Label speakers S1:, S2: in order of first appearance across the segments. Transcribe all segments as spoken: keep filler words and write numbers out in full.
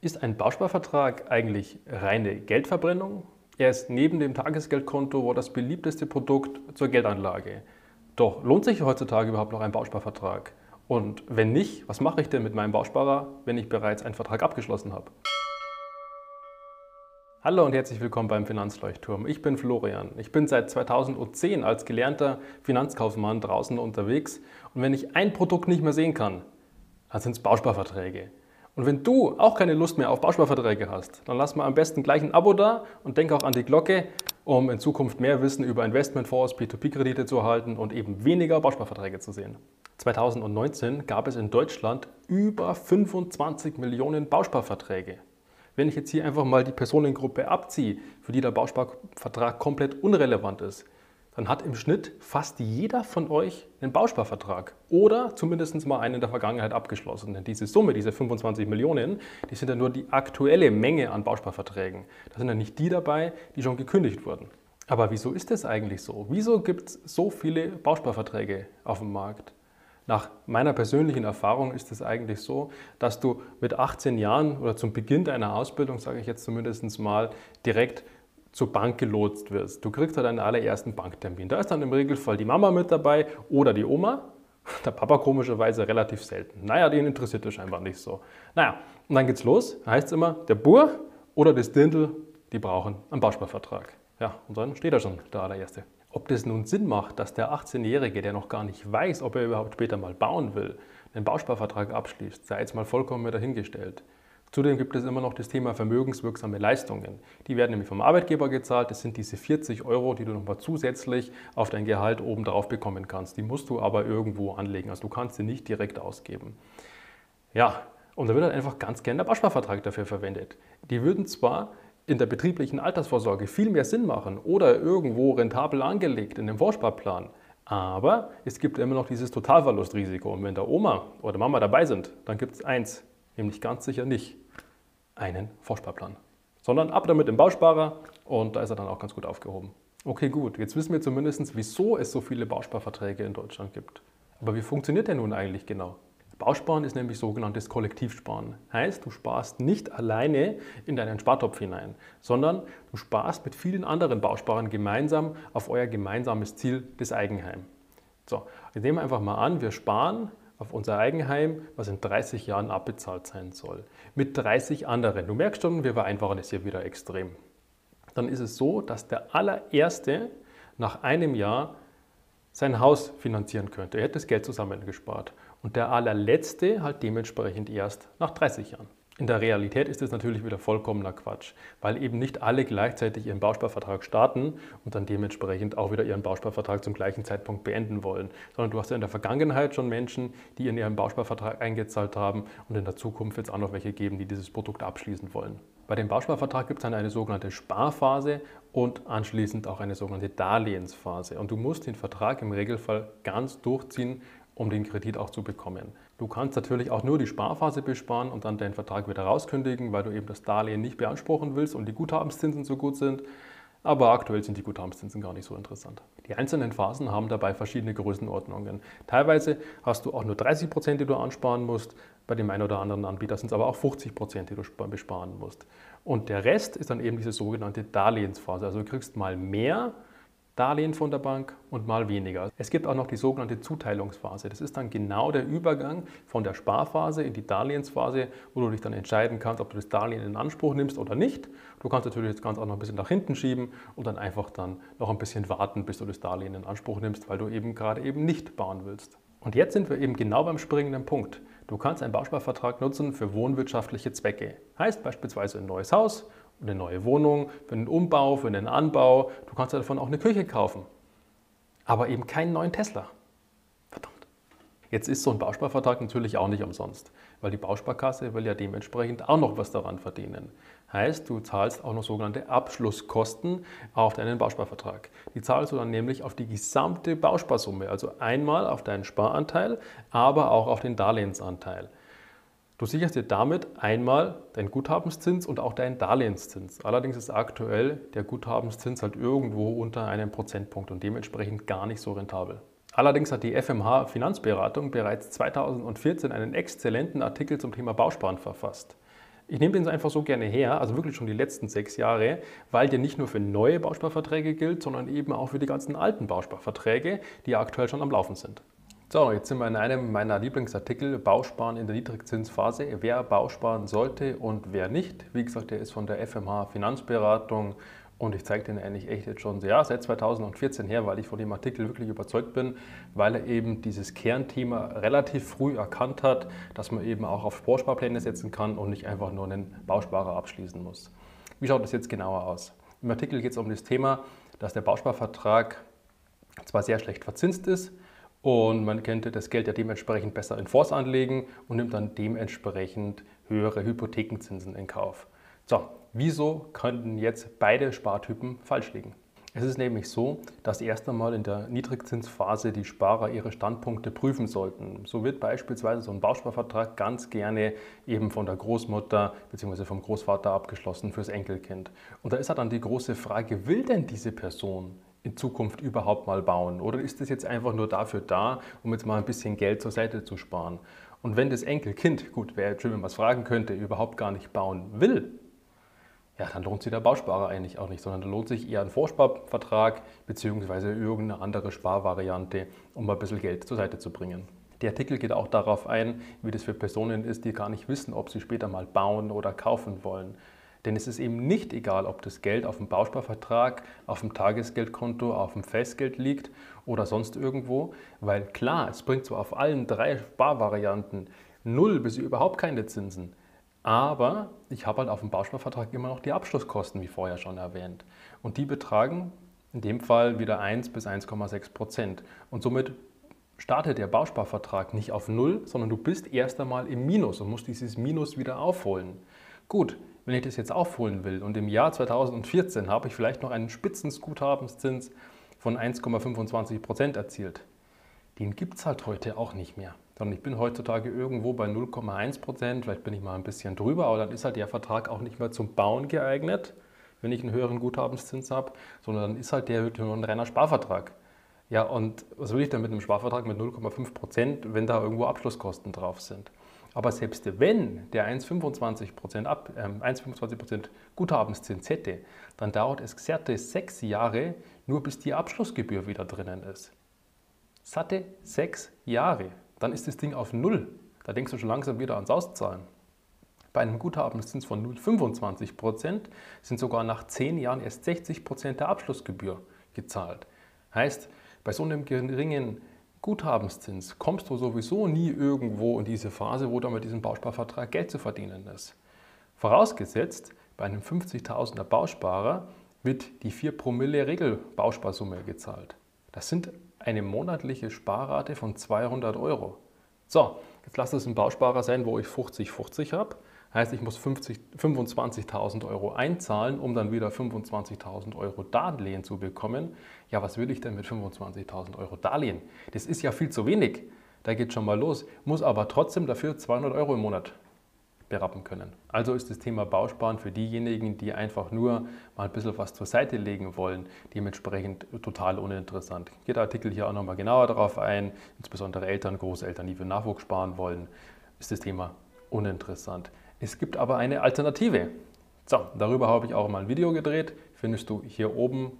S1: Ist ein Bausparvertrag eigentlich reine Geldverbrennung? Er ist neben dem Tagesgeldkonto wohl das beliebteste Produkt zur Geldanlage. Doch lohnt sich heutzutage überhaupt noch ein Bausparvertrag? Und wenn nicht, was mache ich denn mit meinem Bausparer, wenn ich bereits einen Vertrag abgeschlossen habe? Hallo und herzlich willkommen beim Finanzleuchtturm. Ich bin Florian. Ich bin seit zweitausendzehn als gelernter Finanzkaufmann draußen unterwegs und wenn ich ein Produkt nicht mehr sehen kann, dann sind es Bausparverträge. Und wenn du auch keine Lust mehr auf Bausparverträge hast, dann lass mal am besten gleich ein Abo da und denk auch an die Glocke, um in Zukunft mehr Wissen über Investmentfonds, P zwei P-Kredite zu erhalten und eben weniger Bausparverträge zu sehen. zweitausendneunzehn gab es in Deutschland über fünfundzwanzig Millionen Bausparverträge. Wenn ich jetzt hier einfach mal die Personengruppe abziehe, für die der Bausparvertrag komplett unrelevant ist, dann hat im Schnitt fast jeder von euch einen Bausparvertrag oder zumindest mal einen in der Vergangenheit abgeschlossen. Denn diese Summe, diese fünfundzwanzig Millionen, die sind ja nur die aktuelle Menge an Bausparverträgen. Da sind ja nicht die dabei, die schon gekündigt wurden. Aber wieso ist das eigentlich so? Wieso gibt es so viele Bausparverträge auf dem Markt? Nach meiner persönlichen Erfahrung ist es eigentlich so, dass du mit achtzehn Jahren oder zum Beginn deiner Ausbildung, sage ich jetzt zumindest mal, direkt zur Bank gelotst wirst. Du kriegst halt deinen allerersten Banktermin. Da ist dann im Regelfall die Mama mit dabei oder die Oma. Der Papa komischerweise relativ selten. Naja, den interessiert das scheinbar nicht so. Naja, und dann geht's los. Da heißt es immer, der Bur oder das Dirndl, die brauchen einen Bausparvertrag. Ja, und dann steht da schon der allererste. Ob das nun Sinn macht, dass der achtzehnjährige, der noch gar nicht weiß, ob er überhaupt später mal bauen will, einen Bausparvertrag abschließt, sei jetzt mal vollkommen dahingestellt. Zudem gibt es immer noch das Thema vermögenswirksame Leistungen. Die werden nämlich vom Arbeitgeber gezahlt. Das sind diese vierzig Euro, die du nochmal zusätzlich auf dein Gehalt oben drauf bekommen kannst. Die musst du aber irgendwo anlegen. Also du kannst sie nicht direkt ausgeben. Ja, und da wird halt einfach ganz gerne der Bausparvertrag dafür verwendet. Die würden zwar in der betrieblichen Altersvorsorge viel mehr Sinn machen oder irgendwo rentabel angelegt in dem Vorsparplan. Aber es gibt immer noch dieses Totalverlustrisiko. Und wenn da Oma oder Mama dabei sind, dann gibt es eins. Nämlich ganz sicher nicht einen Vorsparplan, sondern ab damit im Bausparer und da ist er dann auch ganz gut aufgehoben. Okay, gut, jetzt wissen wir zumindest, wieso es so viele Bausparverträge in Deutschland gibt. Aber wie funktioniert der nun eigentlich genau? Bausparen ist nämlich sogenanntes Kollektivsparen. Heißt, du sparst nicht alleine in deinen Spartopf hinein, sondern du sparst mit vielen anderen Bausparern gemeinsam auf euer gemeinsames Ziel, das Eigenheim. So, jetzt nehmen wir einfach mal an, wir sparen auf unser Eigenheim, was in dreißig Jahren abbezahlt sein soll. Mit dreißig anderen. Du merkst schon, wir vereinfachen es hier wieder extrem. Dann ist es so, dass der allererste nach einem Jahr sein Haus finanzieren könnte. Er hätte das Geld zusammengespart. Und der allerletzte halt dementsprechend erst nach dreißig Jahren. In der Realität ist das natürlich wieder vollkommener Quatsch, weil eben nicht alle gleichzeitig ihren Bausparvertrag starten und dann dementsprechend auch wieder ihren Bausparvertrag zum gleichen Zeitpunkt beenden wollen. Sondern du hast ja in der Vergangenheit schon Menschen, die in ihren Bausparvertrag eingezahlt haben und in der Zukunft wird es auch noch welche geben, die dieses Produkt abschließen wollen. Bei dem Bausparvertrag gibt es dann eine sogenannte Sparphase und anschließend auch eine sogenannte Darlehensphase. Und du musst den Vertrag im Regelfall ganz durchziehen, um den Kredit auch zu bekommen. Du kannst natürlich auch nur die Sparphase besparen und dann deinen Vertrag wieder rauskündigen, weil du eben das Darlehen nicht beanspruchen willst und die Guthabenszinsen so gut sind. Aber aktuell sind die Guthabenszinsen gar nicht so interessant. Die einzelnen Phasen haben dabei verschiedene Größenordnungen. Teilweise hast du auch nur dreißig Prozent, die du ansparen musst. Bei dem einen oder anderen Anbieter sind es aber auch fünfzig Prozent, die du besparen musst. Und der Rest ist dann eben diese sogenannte Darlehensphase. Also du kriegst mal mehr Darlehen von der Bank und mal weniger. Es gibt auch noch die sogenannte Zuteilungsphase. Das ist dann genau der Übergang von der Sparphase in die Darlehensphase, wo du dich dann entscheiden kannst, ob du das Darlehen in Anspruch nimmst oder nicht. Du kannst natürlich das Ganze auch noch ein bisschen nach hinten schieben und dann einfach dann noch ein bisschen warten, bis du das Darlehen in Anspruch nimmst, weil du eben gerade eben nicht bauen willst. Und jetzt sind wir eben genau beim springenden Punkt. Du kannst einen Bausparvertrag nutzen für wohnwirtschaftliche Zwecke. Heißt beispielsweise ein neues Haus, eine neue Wohnung, für einen Umbau, für einen Anbau. Du kannst davon auch eine Küche kaufen. Aber eben keinen neuen Tesla. Verdammt. Jetzt ist so ein Bausparvertrag natürlich auch nicht umsonst, weil die Bausparkasse will ja dementsprechend auch noch was daran verdienen. Heißt, du zahlst auch noch sogenannte Abschlusskosten auf deinen Bausparvertrag. Die zahlst du dann nämlich auf die gesamte Bausparsumme, also einmal auf deinen Sparanteil, aber auch auf den Darlehensanteil. Du sicherst dir damit einmal deinen Guthabenszins und auch deinen Darlehenszins. Allerdings ist aktuell der Guthabenszins halt irgendwo unter einem Prozentpunkt und dementsprechend gar nicht so rentabel. Allerdings hat die F M H Finanzberatung bereits zweitausendvierzehn einen exzellenten Artikel zum Thema Bausparen verfasst. Ich nehme den so einfach so gerne her, also wirklich schon die letzten sechs Jahre, weil der nicht nur für neue Bausparverträge gilt, sondern eben auch für die ganzen alten Bausparverträge, die aktuell schon am Laufen sind. So, jetzt sind wir in einem meiner Lieblingsartikel, Bausparen in der Niedrigzinsphase, wer Bausparen sollte und wer nicht. Wie gesagt, der ist von der F M H Finanzberatung und ich zeige den eigentlich echt jetzt schon ja, seit zweitausendvierzehn her, weil ich von dem Artikel wirklich überzeugt bin, weil er eben dieses Kernthema relativ früh erkannt hat, dass man eben auch auf Vorsparpläne setzen kann und nicht einfach nur einen Bausparer abschließen muss. Wie schaut das jetzt genauer aus? Im Artikel geht es um das Thema, dass der Bausparvertrag zwar sehr schlecht verzinst ist, und man könnte das Geld ja dementsprechend besser in Fonds anlegen und nimmt dann dementsprechend höhere Hypothekenzinsen in Kauf. So, wieso könnten jetzt beide Spartypen falsch liegen? Es ist nämlich so, dass erst einmal in der Niedrigzinsphase die Sparer ihre Standpunkte prüfen sollten. So wird beispielsweise so ein Bausparvertrag ganz gerne eben von der Großmutter bzw. vom Großvater abgeschlossen fürs Enkelkind. Und da ist halt dann die große Frage, will denn diese Person in Zukunft überhaupt mal bauen? Oder ist das jetzt einfach nur dafür da, um jetzt mal ein bisschen Geld zur Seite zu sparen? Und wenn das Enkelkind, gut, wäre jetzt schön, wenn man es fragen könnte, überhaupt gar nicht bauen will, ja, dann lohnt sich der Bausparer eigentlich auch nicht, sondern dann lohnt sich eher ein Vorsparvertrag bzw. irgendeine andere Sparvariante, um mal ein bisschen Geld zur Seite zu bringen. Der Artikel geht auch darauf ein, wie das für Personen ist, die gar nicht wissen, ob sie später mal bauen oder kaufen wollen. Denn es ist eben nicht egal, ob das Geld auf dem Bausparvertrag, auf dem Tagesgeldkonto, auf dem Festgeld liegt oder sonst irgendwo. Weil klar, es bringt zwar auf allen drei Sparvarianten null bis überhaupt keine Zinsen. Aber ich habe halt auf dem Bausparvertrag immer noch die Abschlusskosten, wie vorher schon erwähnt. Und die betragen in dem Fall wieder eins bis eins Komma sechs Prozent. Und somit startet der Bausparvertrag nicht auf null, sondern du bist erst einmal im Minus und musst dieses Minus wieder aufholen. Gut, wenn ich das jetzt aufholen will und im Jahr zweitausendvierzehn habe ich vielleicht noch einen Spitzenguthabenszins von eins Komma fünfundzwanzig Prozent erzielt, den gibt es halt heute auch nicht mehr. Sondern ich bin heutzutage irgendwo bei null Komma eins Prozent, vielleicht bin ich mal ein bisschen drüber, aber dann ist halt der Vertrag auch nicht mehr zum Bauen geeignet, wenn ich einen höheren Guthabenszins habe, sondern dann ist halt der nur ein reiner Sparvertrag. Ja, und was will ich denn mit einem Sparvertrag mit null Komma fünf Prozent, wenn da irgendwo Abschlusskosten drauf sind? Aber selbst wenn der eins Komma fünfundzwanzig Prozent äh, eins Komma fünfundzwanzig Prozent Guthabenszins hätte, dann dauert es satte sechs Jahre, nur bis die Abschlussgebühr wieder drinnen ist. Satte sechs Jahre. Dann ist das Ding auf Null. Da denkst du schon langsam wieder ans Auszahlen. Bei einem Guthabenszins von null Komma fünfundzwanzig Prozent sind sogar nach zehn Jahren erst sechzig Prozent der Abschlussgebühr gezahlt. Heißt, bei so einem geringen Guthabenszins kommst du sowieso nie irgendwo in diese Phase, wo da mit diesem Bausparvertrag Geld zu verdienen ist. Vorausgesetzt, bei einem fünfzigtausender Bausparer wird die vier Promille Regelbausparsumme gezahlt. Das sind eine monatliche Sparrate von zweihundert Euro. So, jetzt lass es ein Bausparer sein, wo ich fünfzig fünfzig habe. Heißt, ich muss fünfundzwanzigtausend Euro einzahlen, um dann wieder fünfundzwanzigtausend Euro Darlehen zu bekommen. Ja, was will ich denn mit fünfundzwanzigtausend Euro Darlehen? Das ist ja viel zu wenig. Da geht schon mal los. Muss aber trotzdem dafür zweihundert Euro im Monat berappen können. Also ist das Thema Bausparen für diejenigen, die einfach nur mal ein bisschen was zur Seite legen wollen, dementsprechend total uninteressant. Geht der Artikel hier auch nochmal genauer darauf ein, insbesondere Eltern, Großeltern, die für Nachwuchs sparen wollen, ist das Thema uninteressant. Es gibt aber eine Alternative. So, darüber habe ich auch mal ein Video gedreht, findest du hier oben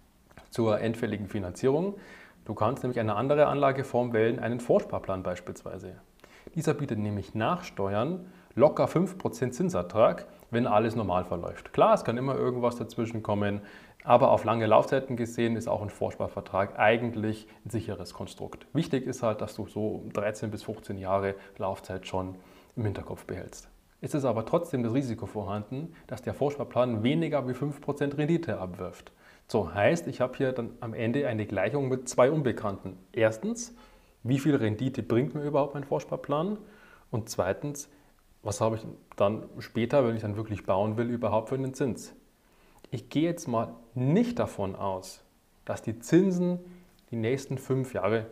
S1: zur endfälligen Finanzierung. Du kannst nämlich eine andere Anlageform wählen, einen Vorsparplan beispielsweise. Dieser bietet nämlich nach Steuern locker fünf Prozent Zinsertrag, wenn alles normal verläuft. Klar, es kann immer irgendwas dazwischen kommen, aber auf lange Laufzeiten gesehen ist auch ein Vorsparvertrag eigentlich ein sicheres Konstrukt. Wichtig ist halt, dass du so dreizehn bis fünfzehn Jahre Laufzeit schon im Hinterkopf behältst. Es ist aber trotzdem das Risiko vorhanden, dass der Vorsparplan weniger wie fünf Prozent Rendite abwirft. So heißt, ich habe hier dann am Ende eine Gleichung mit zwei Unbekannten. Erstens, wie viel Rendite bringt mir überhaupt mein Vorsparplan? Und zweitens, was habe ich dann später, wenn ich dann wirklich bauen will, überhaupt für einen Zins? Ich gehe jetzt mal nicht davon aus, dass die Zinsen die nächsten fünf Jahre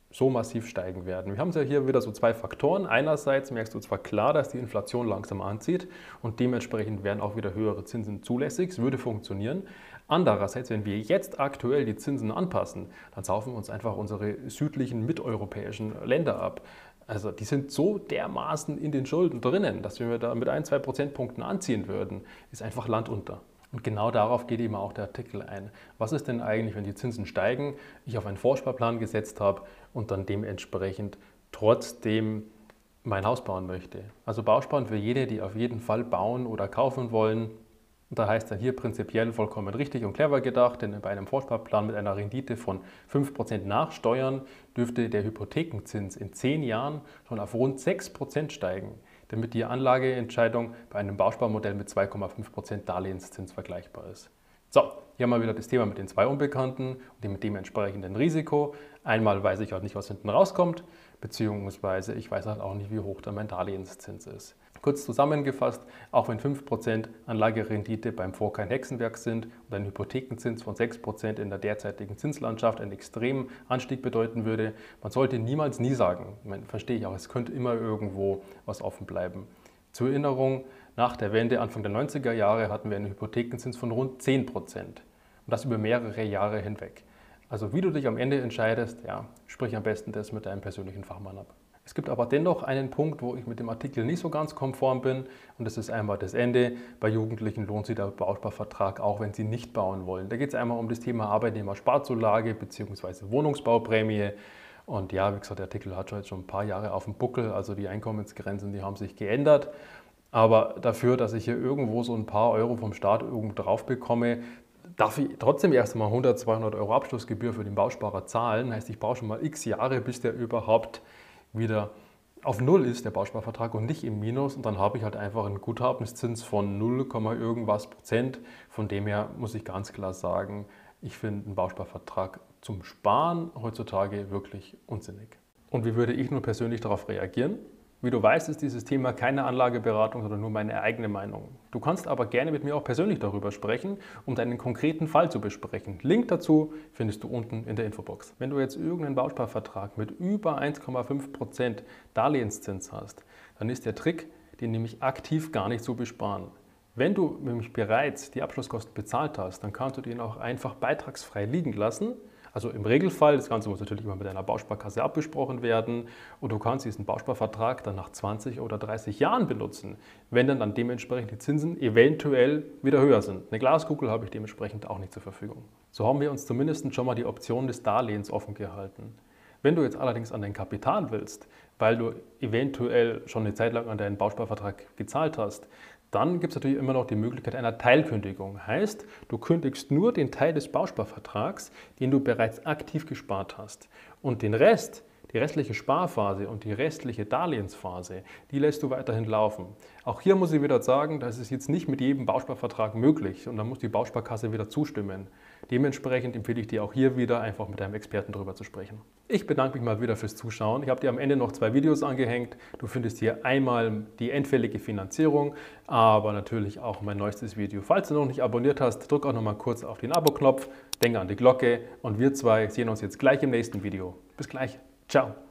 S1: so massiv steigen werden. Wir haben ja hier wieder so zwei Faktoren. Einerseits merkst du zwar klar, dass die Inflation langsam anzieht und dementsprechend werden auch wieder höhere Zinsen zulässig. Es würde funktionieren. Andererseits, wenn wir jetzt aktuell die Zinsen anpassen, dann saufen wir uns einfach unsere südlichen miteuropäischen Länder ab. Also die sind so dermaßen in den Schulden drinnen, dass wenn wir da mit ein, zwei Prozentpunkten anziehen würden, ist einfach Land unter. Und genau darauf geht eben auch der Artikel ein. Was ist denn eigentlich, wenn die Zinsen steigen, ich auf einen Vorsparplan gesetzt habe und dann dementsprechend trotzdem mein Haus bauen möchte? Also Bausparen für jene, die auf jeden Fall bauen oder kaufen wollen. Und da heißt dann hier prinzipiell vollkommen richtig und clever gedacht, denn bei einem Vorsparplan mit einer Rendite von fünf Prozent nach Steuern dürfte der Hypothekenzins in zehn Jahren schon auf rund sechs Prozent steigen, damit die Anlageentscheidung bei einem Bausparmodell mit zwei Komma fünf Prozent Darlehenszins vergleichbar ist. So, hier haben wir wieder das Thema mit den zwei Unbekannten und dem mit dem entsprechenden Risiko. Einmal weiß ich halt nicht, was hinten rauskommt, beziehungsweise ich weiß halt auch nicht, wie hoch dann mein Darlehenszins ist. Kurz zusammengefasst, auch wenn fünf Prozent Anlagerendite beim Fonds kein Hexenwerk sind und ein Hypothekenzins von sechs Prozent in der derzeitigen Zinslandschaft einen extremen Anstieg bedeuten würde, man sollte niemals nie sagen, ich meine, verstehe ich auch, es könnte immer irgendwo was offen bleiben. Zur Erinnerung, nach der Wende Anfang der neunziger Jahre hatten wir einen Hypothekenzins von rund zehn Prozent und das über mehrere Jahre hinweg. Also wie du dich am Ende entscheidest, ja, sprich am besten das mit deinem persönlichen Fachmann ab. Es gibt aber dennoch einen Punkt, wo ich mit dem Artikel nicht so ganz konform bin und das ist einmal das Ende. Bei Jugendlichen lohnt sich der Bausparvertrag, auch wenn sie nicht bauen wollen. Da geht es einmal um das Thema Arbeitnehmersparzulage bzw. Wohnungsbauprämie. Und ja, wie gesagt, der Artikel hat schon jetzt schon ein paar Jahre auf dem Buckel, also die Einkommensgrenzen, die haben sich geändert. Aber dafür, dass ich hier irgendwo so ein paar Euro vom Staat irgendwo drauf bekomme, darf ich trotzdem erst einmal hundert, zweihundert Euro Abschlussgebühr für den Bausparer zahlen. Heißt, ich brauche schon mal x Jahre, bis der überhaupt wieder auf Null ist, der Bausparvertrag, und nicht im Minus. Und dann habe ich halt einfach einen Guthabenszins von null, irgendwas Prozent. Von dem her muss ich ganz klar sagen, ich finde einen Bausparvertrag zum Sparen heutzutage wirklich unsinnig. Und wie würde ich nun persönlich darauf reagieren? Wie du weißt, ist dieses Thema keine Anlageberatung, sondern nur meine eigene Meinung. Du kannst aber gerne mit mir auch persönlich darüber sprechen, um deinen konkreten Fall zu besprechen. Link dazu findest du unten in der Infobox. Wenn du jetzt irgendeinen Bausparvertrag mit über eins Komma fünf Prozent Darlehenszins hast, dann ist der Trick, den nämlich aktiv gar nicht zu besparen. Wenn du nämlich bereits die Abschlusskosten bezahlt hast, dann kannst du den auch einfach beitragsfrei liegen lassen. Also im Regelfall, das Ganze muss natürlich immer mit deiner Bausparkasse abgesprochen werden und du kannst diesen Bausparvertrag dann nach zwanzig oder dreißig Jahren benutzen, wenn dann, dann dementsprechend die Zinsen eventuell wieder höher sind. Eine Glaskugel habe ich dementsprechend auch nicht zur Verfügung. So haben wir uns zumindest schon mal die Option des Darlehens offen gehalten. Wenn du jetzt allerdings an dein Kapital willst, weil du eventuell schon eine Zeit lang an deinen Bausparvertrag gezahlt hast, dann gibt es natürlich immer noch die Möglichkeit einer Teilkündigung. Heißt, du kündigst nur den Teil des Bausparvertrags, den du bereits aktiv gespart hast. Und den Rest, die restliche Sparphase und die restliche Darlehensphase, die lässt du weiterhin laufen. Auch hier muss ich wieder sagen, das ist jetzt nicht mit jedem Bausparvertrag möglich und da muss die Bausparkasse wieder zustimmen. Dementsprechend empfehle ich dir auch hier wieder einfach mit deinem Experten darüber zu sprechen. Ich bedanke mich mal wieder fürs Zuschauen. Ich habe dir am Ende noch zwei Videos angehängt. Du findest hier einmal die endfällige Finanzierung, aber natürlich auch mein neuestes Video. Falls du noch nicht abonniert hast, drück auch noch mal kurz auf den Abo-Knopf, denke an die Glocke und wir zwei sehen uns jetzt gleich im nächsten Video. Bis gleich. Ciao.